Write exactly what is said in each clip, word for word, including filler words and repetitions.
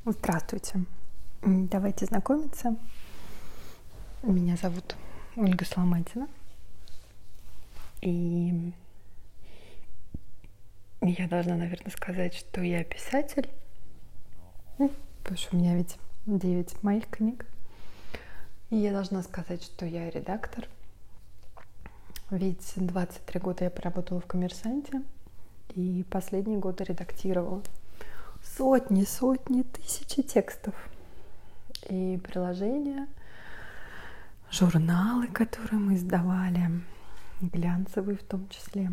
Здравствуйте. М, Давайте знакомиться. Меня зовут Ольга Соломатина. И я должна, наверное, сказать, что я писатель. Ну, потому что у меня ведь девять моих книг. И я должна сказать, что я редактор. Ведь двадцать три года я поработала в «Коммерсанте». И последние годы редактировала сотни, сотни, тысячи текстов. И приложения, журналы, которые мы издавали, глянцевые в том числе.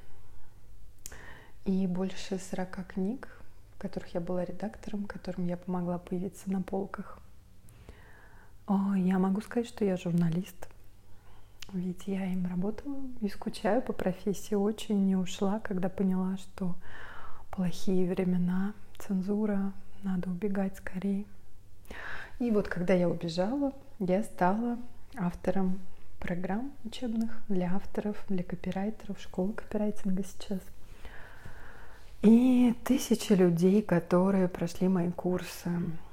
И больше сорока книг, в которых я была редактором, которым я помогла появиться на полках. О, я могу сказать, что я журналист. Ведь я им работала и скучаю по профессии очень. Не ушла, когда поняла, что плохие времена, цензура, надо убегать скорее. И вот когда я убежала, я стала автором программ учебных для авторов, для копирайтеров, школы копирайтинга сейчас. И тысячи людей, которые прошли мои курсы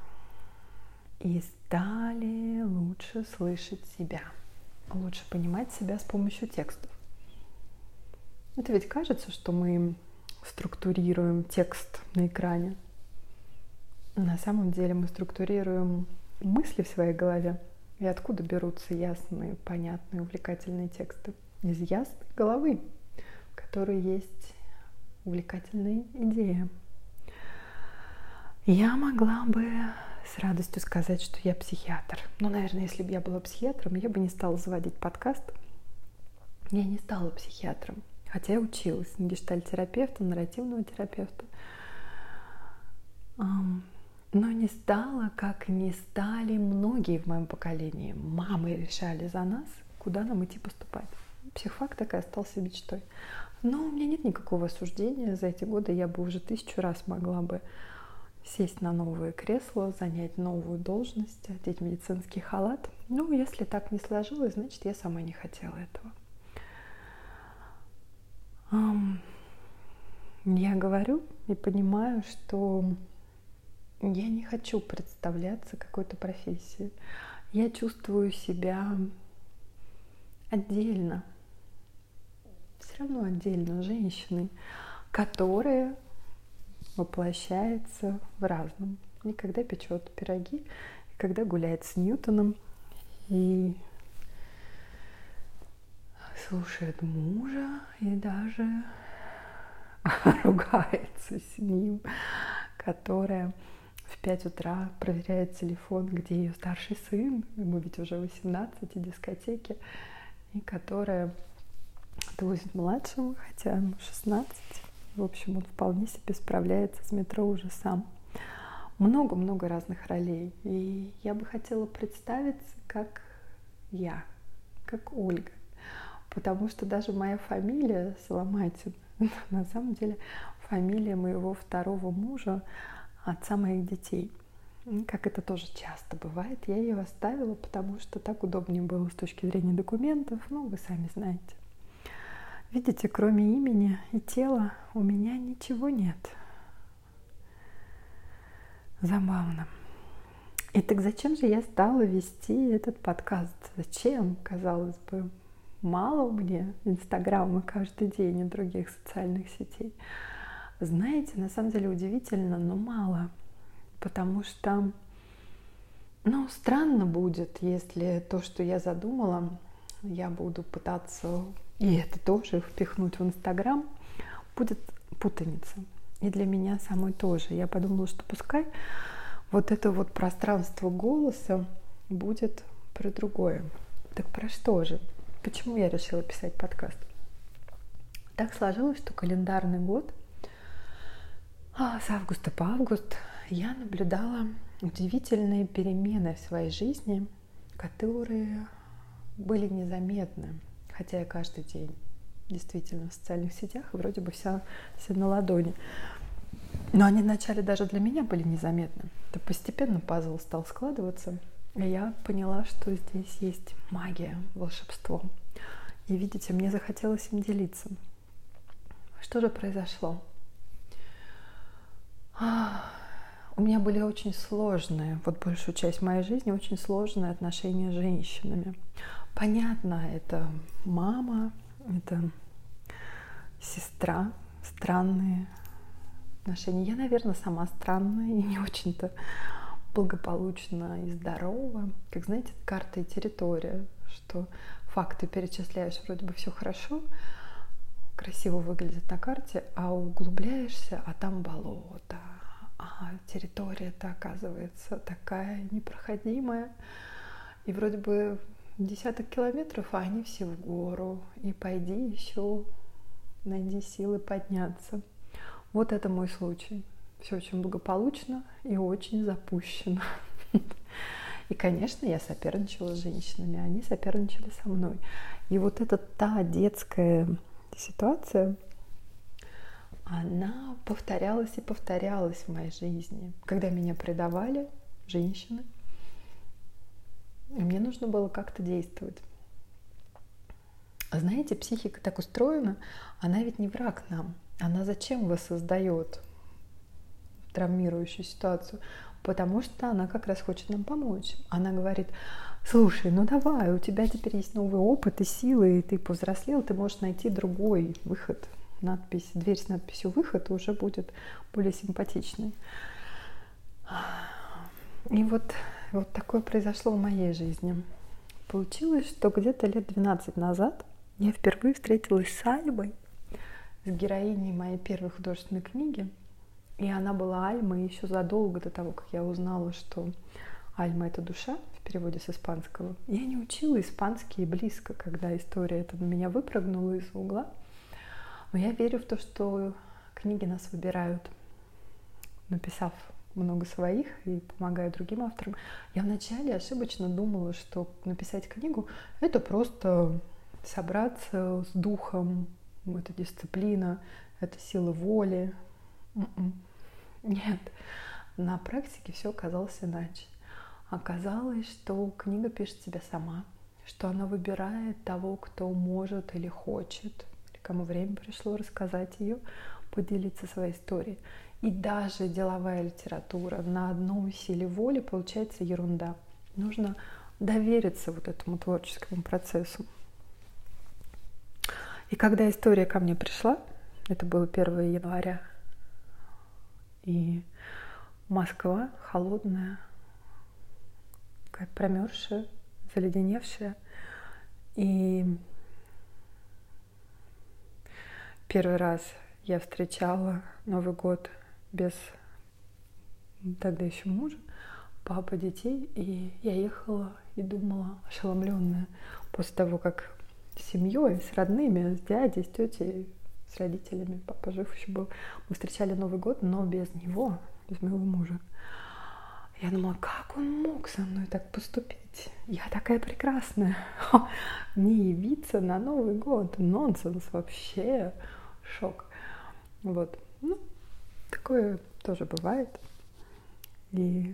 и стали лучше слышать себя, лучше понимать себя с помощью текстов. Это ведь кажется, что мы структурируем текст на экране. На самом деле мы структурируем мысли в своей голове. И откуда берутся ясные, понятные, увлекательные тексты? Из ясной головы, в которой есть увлекательные идеи. Я могла бы с радостью сказать, что я психиатр. Но, наверное, если бы я была психиатром, я бы не стала заводить подкаст. Я не стала психиатром. Хотя я училась на гештальт-терапевта, нарративного терапевта. Но не стала, как не стали многие в моем поколении. Мамы решали за нас, куда нам идти поступать. Психфак так и остался мечтой. Но у меня нет никакого осуждения. За эти годы я бы уже тысячу раз могла бы сесть на новое кресло, занять новую должность, одеть медицинский халат. Ну, если так не сложилось, значит, я сама не хотела этого. Я говорю и понимаю, что я не хочу представляться какой-то профессией. Я чувствую себя отдельно, все равно отдельно женщиной, которая воплощается в разном. И когда печет пироги, и когда гуляет с Ньютоном, и слушает мужа, и даже ругается с ним, которая в пять утра проверяет телефон, где ее старший сын, ему ведь уже восемнадцать, и дискотеки, и которая отвозит младшего, хотя ему шестнадцать. В общем, он вполне себе справляется с метро уже сам. Много-много разных ролей. И я бы хотела представиться как я, как Ольга. Потому что даже моя фамилия Соломатин, на самом деле фамилия моего второго мужа, отца моих детей. Как это тоже часто бывает, я ее оставила, потому что так удобнее было с точки зрения документов. Ну, вы сами знаете. Видите, кроме имени и тела у меня ничего нет. Забавно. И так зачем же я стала вести этот подкаст? Зачем, казалось бы, мало мне Инстаграма каждый день и других социальных сетей? Знаете, на самом деле удивительно, но мало. Потому что, ну, странно будет, если то, что я задумала, я буду пытаться, и это тоже впихнуть в Инстаграм, будет путаница. И для меня самой тоже. Я подумала, что пускай вот это вот пространство голоса будет про другое. Так про что же? Почему я решила писать подкаст? Так сложилось, что календарный год а, с августа по август я наблюдала удивительные перемены в своей жизни, которые были незаметны. Хотя я каждый день действительно в социальных сетях, и вроде бы вся, вся на ладони. Но они вначале даже для меня были незаметны. То постепенно пазл стал складываться, и я поняла, что здесь есть магия, волшебство. И видите, мне захотелось им делиться. Что же произошло? у меня были очень сложные, вот большую часть моей жизни, очень сложные отношения с женщинами. Понятно, это мама, это сестра, странные отношения. Я, наверное, сама странная и не очень-то благополучна и здорова. Как, знаете, карта и территория, что факты перечисляешь, вроде бы все хорошо, красиво выглядит на карте, а углубляешься, а там болото. А территория-то оказывается такая непроходимая. И вроде бы десяток километров, а они все в гору. И пойди еще, найди силы подняться. Вот это мой случай. Все очень благополучно и очень запущено. И, конечно, я соперничала с женщинами, они соперничали со мной. И вот эта та детская ситуация, она повторялась и повторялась в моей жизни. Когда меня предавали женщины, мне нужно было как-то действовать. А знаете, психика так устроена, она ведь не враг нам. Она зачем воссоздает травмирующую ситуацию? Потому что она как раз хочет нам помочь. Она говорит: слушай, ну давай, у тебя теперь есть новый опыт и силы, и ты повзрослел, ты можешь найти другой выход. Надпись, дверь с надписью «выход» уже будет более симпатичной. И вот, вот такое произошло в моей жизни. Получилось, что где-то лет двенадцать назад я впервые встретилась с Альмой, с героиней моей первой художественной книги. И она была Альмой еще задолго до того, как я узнала, что Альма — это душа, в переводе с испанского. Я не учила испанский близко, когда история эта на меня выпрыгнула из угла. Но я верю в то, что книги нас выбирают. Написав много своих и помогая другим авторам, я вначале ошибочно думала, что написать книгу — это просто собраться с духом, это дисциплина, это сила воли. Нет, на практике все оказалось иначе. Оказалось, что книга пишет себя сама, что она выбирает того, кто может или хочет, или кому время пришло рассказать ее, поделиться своей историей. И даже деловая литература на одной силе воли получается ерунда. Нужно довериться вот этому творческому процессу. И когда история ко мне пришла, это было первого января, и Москва холодная, такая промерзшая, заледеневшая. И первый раз я встречала Новый год без тогда еще мужа, папы детей, и я ехала и думала, ошеломленная, после того, как с семьей, с родными, с дядей, с тетей, с родителями, папа жив еще был, мы встречали Новый год, но без него, без моего мужа. Я думала, как он мог со мной так поступить? Я такая прекрасная. Не явиться на Новый год. Нонсенс вообще. Шок. Вот. Ну, такое тоже бывает. И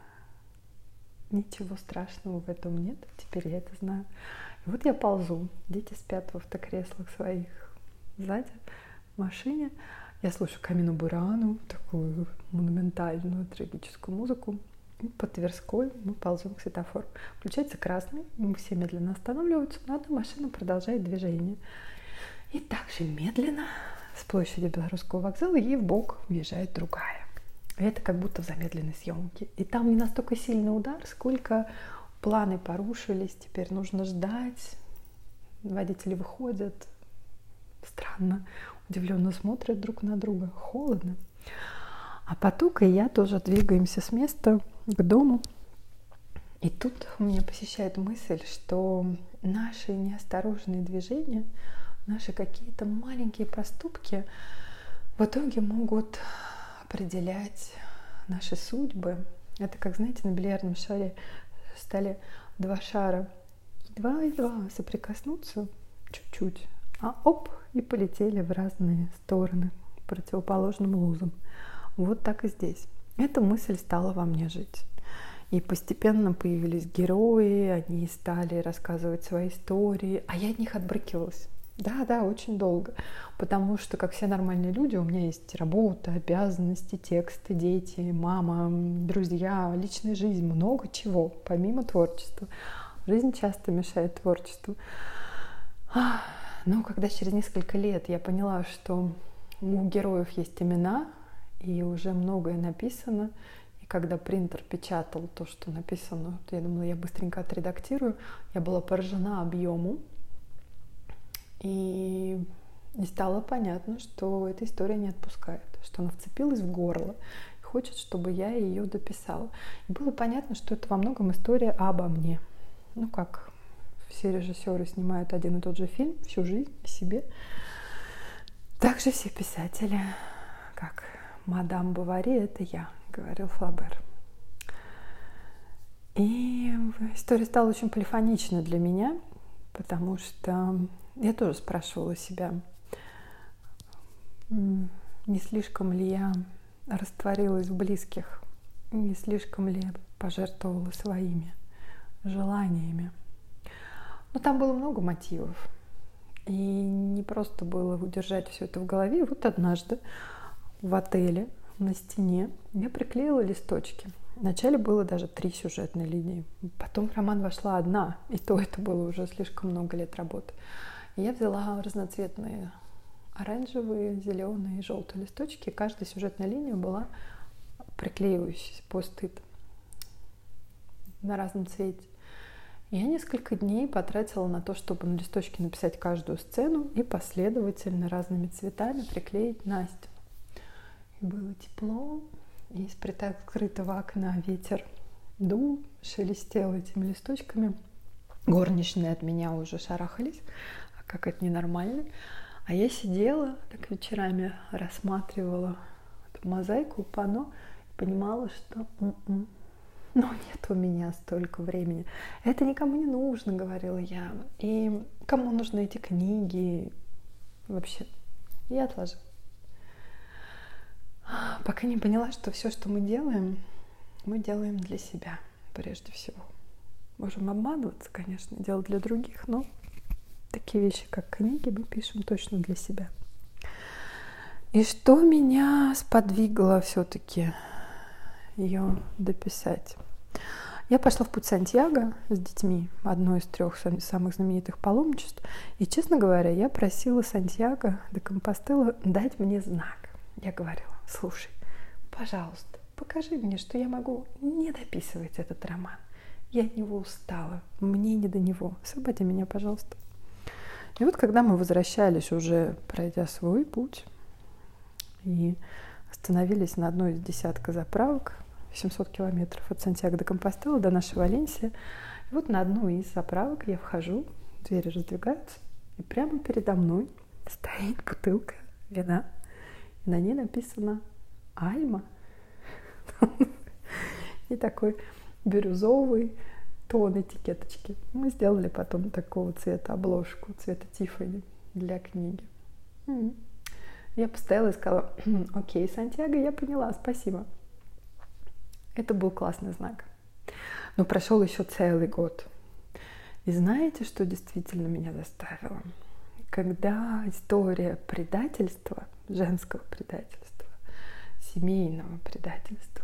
ничего страшного в этом нет. Теперь я это знаю. И вот я ползу. Дети спят в автокреслах своих сзади, в машине. Я слушаю Камину Бурану, такую монументальную трагическую музыку. И по Тверской мы ползем к светофору. Включается красный, мы все медленно останавливаются, но одна машина продолжает движение. И также медленно с площади Белорусского вокзала ей вбок въезжает другая. И это как будто в замедленной съемке. И там не настолько сильный удар, сколько планы порушились, теперь нужно ждать. Водители выходят, странно, удивленно смотрят друг на друга, холодно. А поток и я тоже двигаемся с места к дому. И тут меня посещает мысль, что наши неосторожные движения, наши какие-то маленькие поступки в итоге могут определять наши судьбы. Это как, знаете, на бильярдном шаре стали два шара. Едва-едва соприкоснуться чуть-чуть, а оп, и полетели в разные стороны, противоположным лузам. Вот так и здесь. Эта мысль стала во мне жить. И постепенно появились герои, они стали рассказывать свои истории, а я от них отбрыкивалась. Да, да, очень долго. Потому что, как все нормальные люди, у меня есть работа, обязанности, тексты, дети, мама, друзья, личная жизнь, много чего, помимо творчества. Жизнь часто мешает творчеству. Но когда через несколько лет я поняла, что у героев есть имена, и уже многое написано, и когда принтер печатал то, что написано, то я думала, я быстренько отредактирую, я была поражена объему. И, и стало понятно, что эта история не отпускает, что она вцепилась в горло и хочет, чтобы я ее дописала. И было понятно, что это во многом история обо мне. Ну, как все режиссеры снимают один и тот же фильм всю жизнь о себе, так же все писатели, как «Мадам Бовари» — это я, говорил Флабер. И история стала очень полифонична для меня, потому что я тоже спрашивала себя, не слишком ли я растворилась в близких, не слишком ли пожертвовала своими желаниями. Но там было много мотивов. И не просто было удержать все это в голове. И вот однажды в отеле на стене я приклеила листочки. Вначале было даже три сюжетные линии. Потом в роман вошла одна. И то это было уже слишком много лет работы. И я взяла разноцветные оранжевые, зеленые и желтые листочки. И каждая сюжетная линия была приклеивающаяся пост-it на разном цвете. Я несколько дней потратила на то, чтобы на листочке написать каждую сцену и последовательно разными цветами приклеить на стену. И было тепло, и из приоткрытого окна ветер дул, шелестел этими листочками. Горничные от меня уже шарахались, а как это ненормально. А я сидела так вечерами, рассматривала эту мозаику, панно, и понимала, что м-м, ну, нет у меня столько времени. Это никому не нужно, говорила я. И кому нужны эти книги? Вообще, я отложила. Пока не поняла, что все, что мы делаем, мы делаем для себя прежде всего. Можем обманываться, конечно, делать для других, но такие вещи, как книги, мы пишем точно для себя. И что меня сподвигло все-таки ее дописать? Я пошла в путь Сантьяго с детьми, одно из трех самых знаменитых паломничеств. И, честно говоря, я просила Сантьяго де Компостела дать мне знак. Я говорила: слушай, пожалуйста, покажи мне, что я могу не дописывать этот роман. Я от него устала, мне не до него. Освободи меня, пожалуйста. И вот когда мы возвращались, уже пройдя свой путь, и остановились на одной из десятка заправок, семьсот километров от Сантьяго де Компостела до нашей Валенсии. И вот на одну из заправок я вхожу, двери раздвигаются, и прямо передо мной стоит бутылка вина. И на ней написано «Альма». И такой бирюзовый тон этикеточки. Мы сделали потом такого цвета обложку, цвета Тиффани для книги. Я постояла и сказала: окей, Сантьяго, я поняла, спасибо. Это был классный знак. Но прошел еще целый год. И знаете, что действительно меня заставило? Когда история предательства, женского предательства, семейного предательства,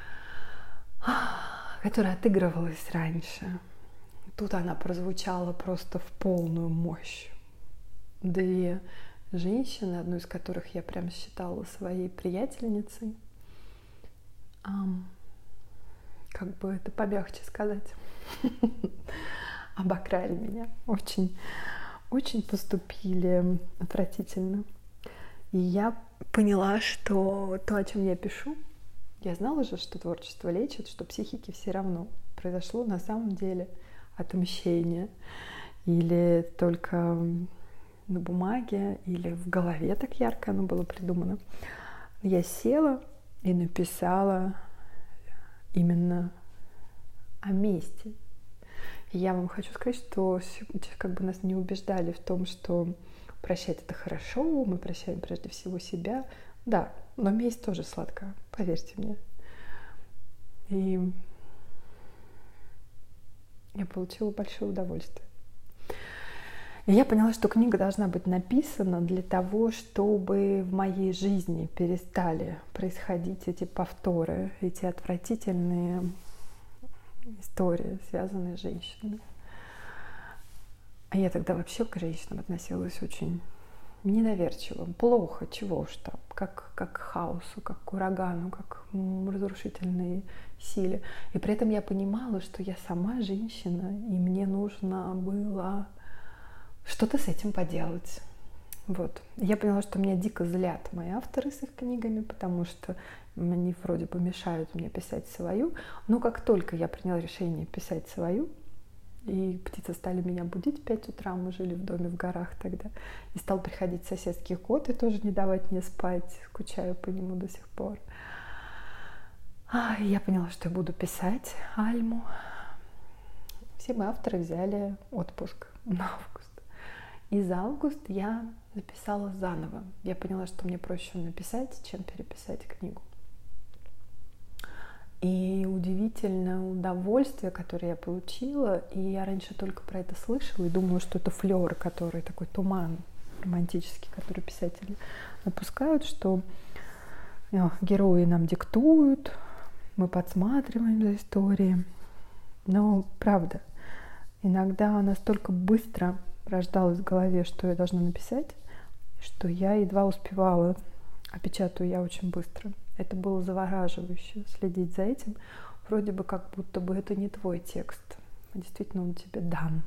которая отыгрывалась раньше, тут она прозвучала просто в полную мощь. Две женщины, одну из которых я прям считала своей приятельницей, ам, как бы это помягче сказать, обокрали меня. Очень, очень поступили отвратительно. И я поняла, что то, о чем я пишу, я знала же, что творчество лечит, что психике все равно. Произошло на самом деле отмщение. Или только на бумаге, или в голове так ярко оно было придумано. Я села и написала именно о мести. И я вам хочу сказать, что как бы нас не убеждали в том, что прощать это хорошо, мы прощаем прежде всего себя. Да, но месть тоже сладкая, поверьте мне. И я получила большое удовольствие. И я поняла, что книга должна быть написана для того, чтобы в моей жизни перестали происходить эти повторы, эти отвратительные истории, связанные с женщинами. А я тогда вообще к женщинам относилась очень недоверчиво, плохо, чего уж там, как, как к хаосу, как к урагану, как к разрушительной силе. И при этом я понимала, что я сама женщина, и мне нужно было что-то с этим поделать. Вот. Я поняла, что меня дико злят мои авторы с их книгами, потому что они вроде бы мешают мне писать свою. Но как только я приняла решение писать свою, и птицы стали меня будить в пять утра, мы жили в доме в горах тогда, и стал приходить соседский кот и тоже не давать мне спать, скучаю по нему до сих пор. А, и я поняла, что я буду писать Альму. Все мои авторы взяли отпуск на август. И за август я записала заново. Я поняла, что мне проще написать, чем переписать книгу. И удивительное удовольствие, которое я получила, и я раньше только про это слышала и думала, что это флёр, который такой туман романтический, который писатели напускают, что герои нам диктуют, мы подсматриваем за историей. Но правда, иногда настолько быстро рождалось в голове, что я должна написать, что я едва успевала, а печатаю я очень быстро. Это было завораживающе следить за этим. Вроде бы как будто бы это не твой текст, а действительно он тебе дан.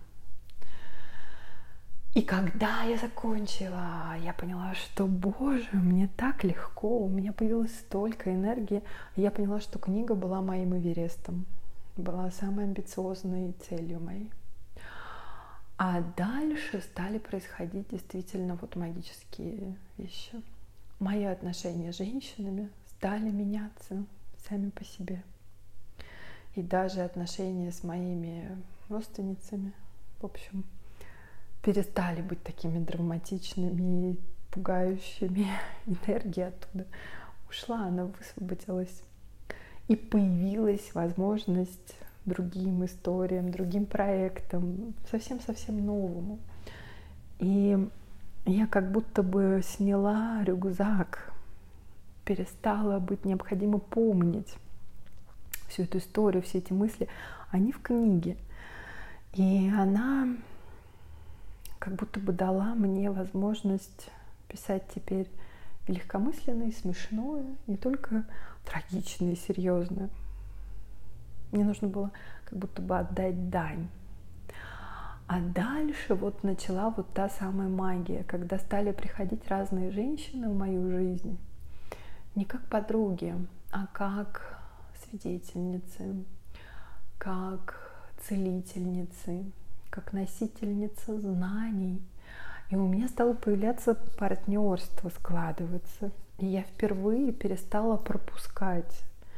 И когда я закончила, я поняла, что, боже, мне так легко, у меня появилось столько энергии. И я поняла, что книга была моим Эверестом, была самой амбициозной целью моей. А дальше стали происходить действительно вот магические вещи. Мои отношения с женщинами стали меняться сами по себе. И даже отношения с моими родственницами, в общем, перестали быть такими драматичными и пугающими. Энергия оттуда ушла, она высвободилась. И появилась возможность другим историям, другим проектам, совсем-совсем новому. И я как будто бы сняла рюкзак, перестала быть необходимо помнить всю эту историю, все эти мысли. Они в книге. И она как будто бы дала мне возможность писать теперь и легкомысленное, и смешное, не только трагичное и серьезное. Мне нужно было как будто бы отдать дань. А дальше вот начала вот та самая магия, когда стали приходить разные женщины в мою жизнь. Не как подруги, а как свидетельницы, как целительницы, как носительница знаний. И у меня стало появляться партнерство, складываться. И я впервые перестала пропускать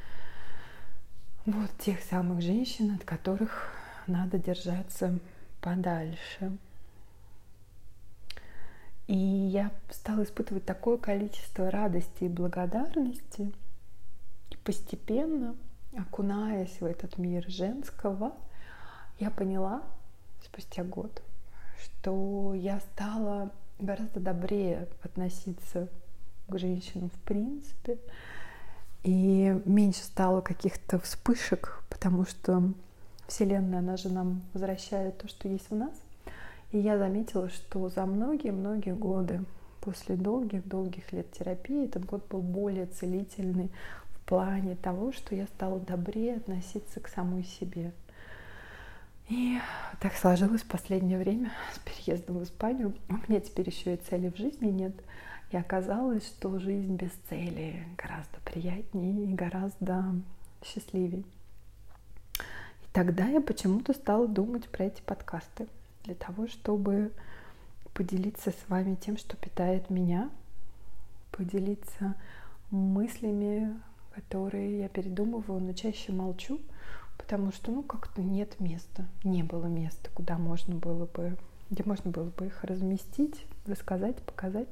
вот тех самых женщин, от которых надо держаться подальше. И я стала испытывать такое количество радости и благодарности, и постепенно, окунаясь в этот мир женского, я поняла спустя год, что я стала гораздо добрее относиться к женщинам в принципе, и меньше стало каких-то вспышек, потому что Вселенная, она же нам возвращает то, что есть в нас. И я заметила, что за многие-многие годы, после долгих-долгих лет терапии, этот год был более целительный в плане того, что я стала добрее относиться к самой себе. И так сложилось в последнее время с переездом в Испанию. У меня теперь еще и цели в жизни нет. И оказалось, что жизнь без цели гораздо приятнее и гораздо счастливее. И тогда я почему-то стала думать про эти подкасты для того, чтобы поделиться с вами тем, что питает меня, поделиться мыслями, которые я передумываю, но чаще молчу, потому что, ну, как-то нет места, не было места, куда можно было бы, где можно было бы их разместить, рассказать, показать.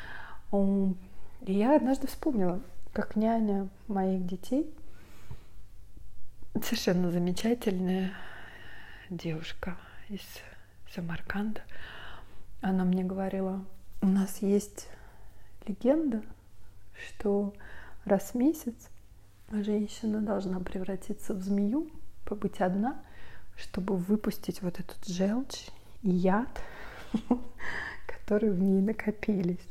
И я однажды вспомнила, как няня моих детей, совершенно замечательная девушка из Самарканда, она мне говорила, у нас есть легенда, что раз в месяц женщина должна превратиться в змею, побыть одна, чтобы выпустить вот этот желчь и яд, которые в ней накопились.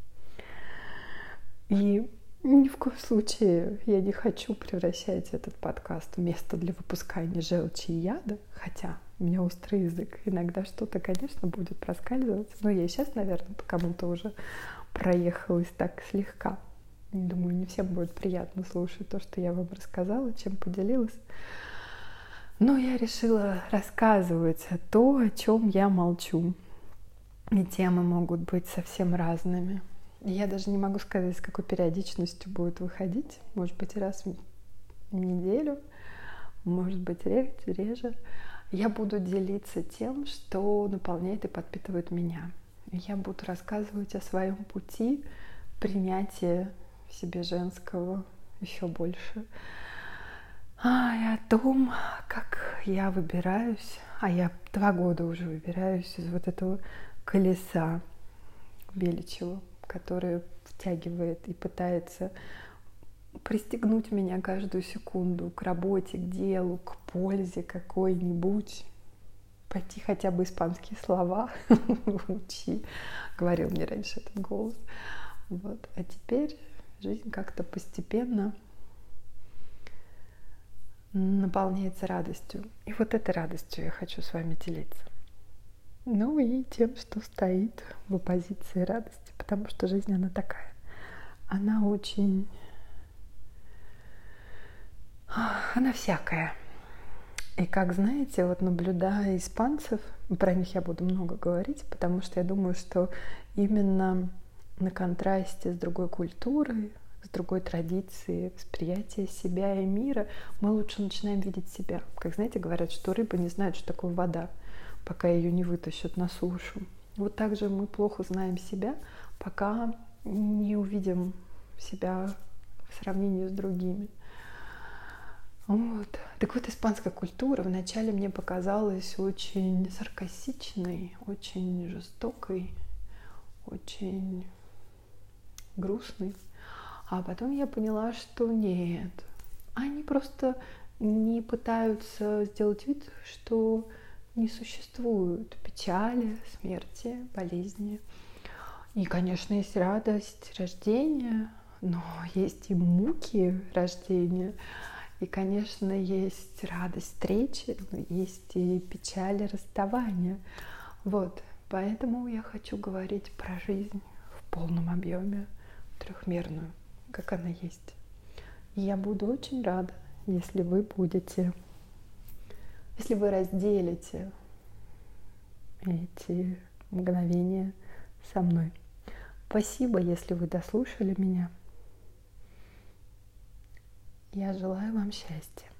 И ни в коем случае я не хочу превращать этот подкаст в место для выпускания желчи и яда, хотя у меня острый язык, иногда что-то, конечно, будет проскальзывать, но я и сейчас, наверное, по кому-то уже проехалась так слегка. Думаю, не всем будет приятно слушать то, что я вам рассказала, чем поделилась. Но я решила рассказывать то, о чем я молчу. И темы могут быть совсем разными. Я даже не могу сказать, с какой периодичностью будет выходить. Может быть, раз в неделю, может быть, реже. Я буду делиться тем, что наполняет и подпитывает меня. Я буду рассказывать о своем пути принятия в себе женского еще больше. А, и о том, как я выбираюсь, а я два года уже выбираюсь из вот этого колеса беличьего, которое втягивает и пытается пристегнуть меня каждую секунду к работе, к делу, к пользе какой-нибудь. Пойти хотя бы испанские слова учи, говорил мне раньше этот голос. Вот. А теперь жизнь как-то постепенно наполняется радостью. И вот этой радостью я хочу с вами делиться. Ну и тем, что стоит в оппозиции радости, потому что жизнь, она такая. Она очень... Она всякая. И как знаете, вот наблюдая испанцев, про них я буду много говорить, потому что я думаю, что именно на контрасте с другой культурой, с другой традицией восприятия себя и мира мы лучше начинаем видеть себя. Как, знаете, говорят, что рыба не знает, что такое вода, пока ее не вытащат на сушу. Вот так же мы плохо знаем себя, пока не увидим себя в сравнении с другими. Вот. Так вот, испанская культура вначале мне показалась очень саркастичной, очень жестокой, очень грустной. А потом я поняла, что нет. Они просто не пытаются сделать вид, что не существует печали, смерти, болезни. И, конечно, есть радость рождения, но есть и муки рождения. И, конечно, есть радость встречи, но есть и печаль расставания. Вот, поэтому я хочу говорить про жизнь в полном объеме, трехмерную, как она есть. И я буду очень рада, если вы будете, если вы разделите эти мгновения со мной. Спасибо, если вы дослушали меня. Я желаю вам счастья.